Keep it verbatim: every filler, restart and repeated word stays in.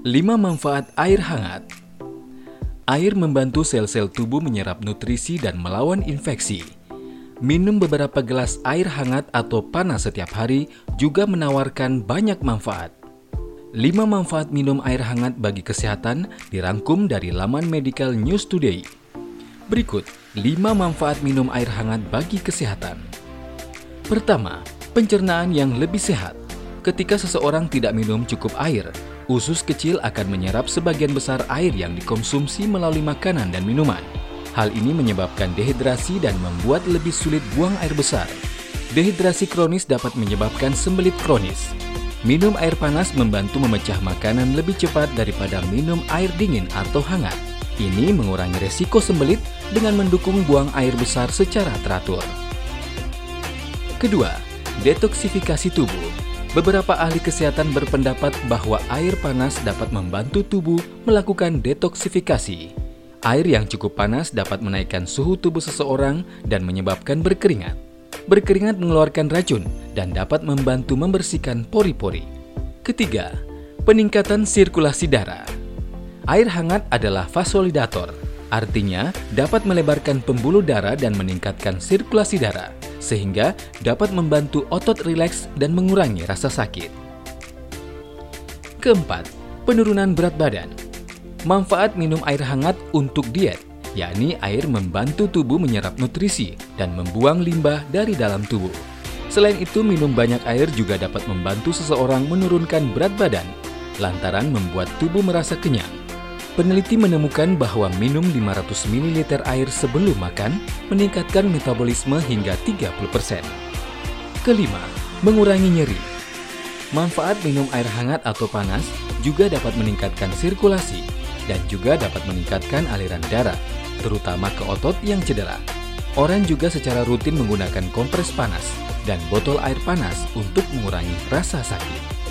lima manfaat air hangat. Air membantu sel-sel tubuh menyerap nutrisi dan melawan infeksi. Minum beberapa gelas air hangat atau panas setiap hari juga menawarkan banyak manfaat. lima manfaat minum air hangat bagi kesehatan dirangkum dari laman Medical News Today. Berikut lima manfaat minum air hangat bagi kesehatan. Pertama, pencernaan yang lebih sehat. Ketika seseorang tidak minum cukup air, usus kecil akan menyerap sebagian besar air yang dikonsumsi melalui makanan dan minuman. Hal ini menyebabkan dehidrasi dan membuat lebih sulit buang air besar. Dehidrasi kronis dapat menyebabkan sembelit kronis. Minum air panas membantu memecah makanan lebih cepat daripada minum air dingin atau hangat. Ini mengurangi resiko sembelit dengan mendukung buang air besar secara teratur. Kedua, detoksifikasi tubuh. Beberapa ahli kesehatan berpendapat bahwa air panas dapat membantu tubuh melakukan detoksifikasi. Air yang cukup panas dapat menaikkan suhu tubuh seseorang dan menyebabkan berkeringat. Berkeringat mengeluarkan racun dan dapat membantu membersihkan pori-pori. Ketiga, peningkatan sirkulasi darah. Air hangat adalah vasodilator, artinya dapat melebarkan pembuluh darah dan meningkatkan sirkulasi darah, sehingga dapat membantu otot rileks dan mengurangi rasa sakit. Keempat, penurunan berat badan. Manfaat minum air hangat untuk diet, yakni air membantu tubuh menyerap nutrisi dan membuang limbah dari dalam tubuh. Selain itu, minum banyak air juga dapat membantu seseorang menurunkan berat badan, lantaran membuat tubuh merasa kenyang. Peneliti menemukan bahwa minum lima ratus mililiter air sebelum makan meningkatkan metabolisme hingga tiga puluh persen. Kelima, mengurangi nyeri. Manfaat minum air hangat atau panas juga dapat meningkatkan sirkulasi dan juga dapat meningkatkan aliran darah, terutama ke otot yang cedera. Orang juga secara rutin menggunakan kompres panas dan botol air panas untuk mengurangi rasa sakit.